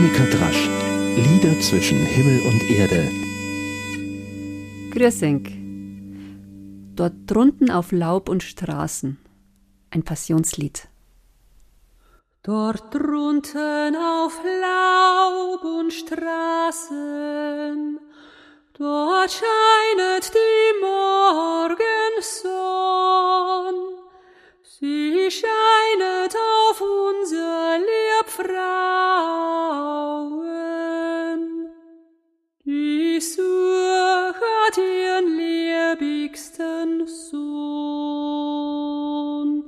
Annika Drasch. Lieder zwischen Himmel und Erde. Grüß euch. Dort drunten auf Laub und Straßen. Ein Passionslied. Dort drunten auf Laub und Straßen, dort scheinet die Morgensonn. Sie scheinet auf unser lieb Frauen, die suchet ihren liebigsten Sohn.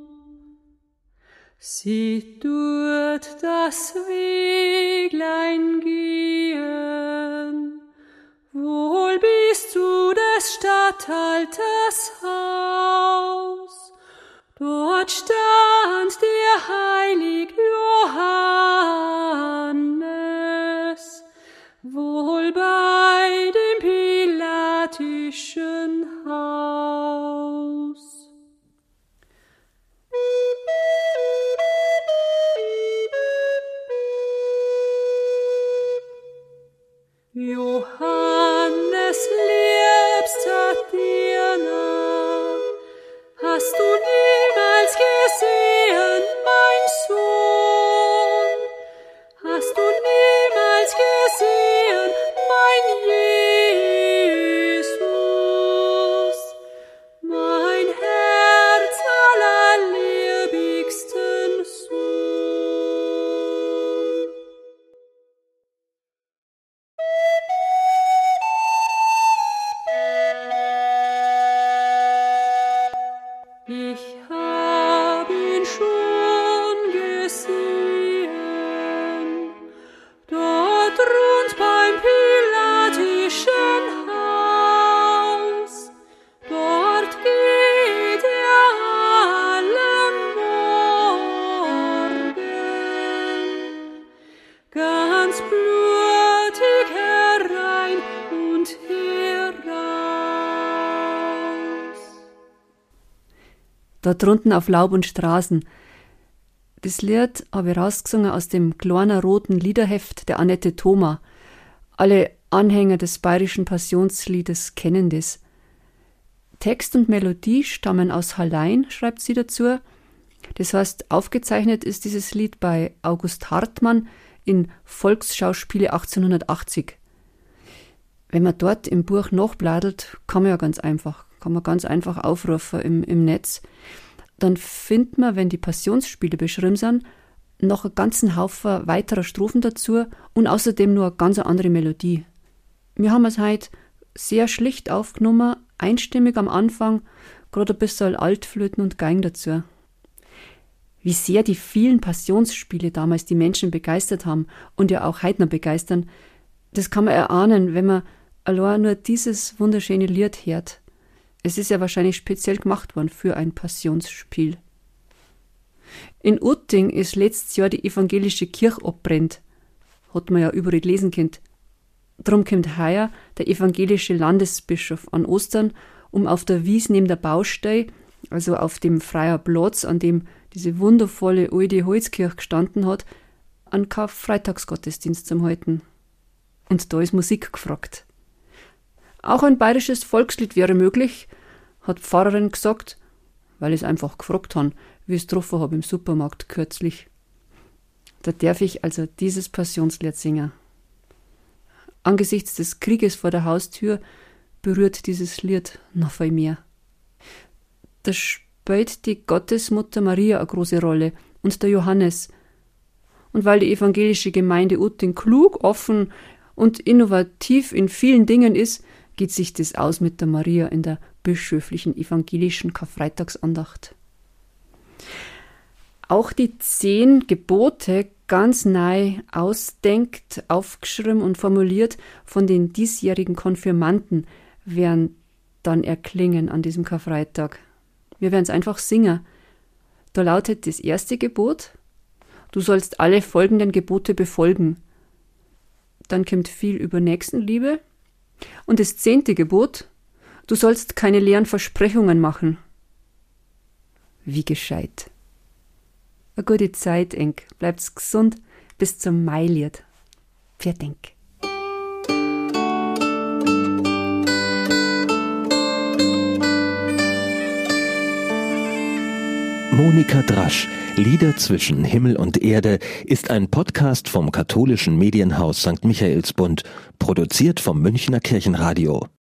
Sie tut das Weglein gehen, wohl bis zu des Statthalters Haus. Dort stand der heilig Johannes, wohl bei dem pilatischen Haus. Johannes, liebster Diener, hast du niemals gesehen, mein Sohn? Hast du niemals gesehen, mein Jesus? Mein Herz allerliebigsten Sohn. Ich hab ihn schon gesehen, dort rund beim pilatischen Haus. Dort geht er alle Morgen, ganz blutig herein und heraus. Dort drunten auf Laub und Straßen. Das Lied habe ich rausgesungen aus dem kleinen roten Liederheft der Annette Thoma. Alle Anhänger des bayerischen Passionsliedes kennen das. Text und Melodie stammen aus Hallein, schreibt sie dazu. Das heißt, aufgezeichnet ist dieses Lied bei August Hartmann in Volksschauspiele 1880. Wenn man dort im Buch nachbladelt, kann man ganz einfach aufrufen im Netz. Dann findet man, wenn die Passionsspiele beschrieben sind, noch einen ganzen Haufen weiterer Strophen dazu und außerdem nur eine ganz andere Melodie. Wir haben es heute sehr schlicht aufgenommen, einstimmig am Anfang, gerade ein bisschen Altflöten und Geigen dazu. Wie sehr die vielen Passionsspiele damals die Menschen begeistert haben und ja auch heute noch begeistern, das kann man erahnen, wenn man allein nur dieses wunderschöne Lied hört. Es ist ja wahrscheinlich speziell gemacht worden für ein Passionsspiel. In Utting ist letztes Jahr die evangelische Kirche abbrennt. Hat man ja überall lesen können. Drum kommt heuer der evangelische Landesbischof an Ostern, um auf der Wies neben der Baustelle, also auf dem freien Platz, an dem diese wundervolle alte Holzkirche gestanden hat, einen Karfreitagsgottesdienst zu halten. Und da ist Musik gefragt. Auch ein bayerisches Volkslied wäre möglich, hat die Pfarrerin gesagt, weil ich es einfach gefragt habe, wie ich es getroffen habe im Supermarkt kürzlich. Da darf ich also dieses Passionslied singen. Angesichts des Krieges vor der Haustür berührt dieses Lied noch viel mehr. Da spielt die Gottesmutter Maria eine große Rolle und der Johannes. Und weil die evangelische Gemeinde Utting klug, offen und innovativ in vielen Dingen ist, geht sich das aus mit der Maria in der bischöflichen evangelischen Karfreitagsandacht. Auch die 10 Gebote ganz neu ausdenkt, aufgeschrieben und formuliert von den diesjährigen Konfirmanden werden dann erklingen an diesem Karfreitag. Wir werden es einfach singen. Da lautet das erste Gebot: Du sollst alle folgenden Gebote befolgen. Dann kommt viel über Nächstenliebe. Und das 10. Gebot: Du sollst keine leeren Versprechungen machen. Wie gescheit. Eine gute Zeit, Enk. Bleibt's gesund bis zum Mailied. Pfiat Dank. Monika Drasch, Lieder zwischen Himmel und Erde, ist ein Podcast vom katholischen Medienhaus St. Michaelsbund, produziert vom Münchner Kirchenradio.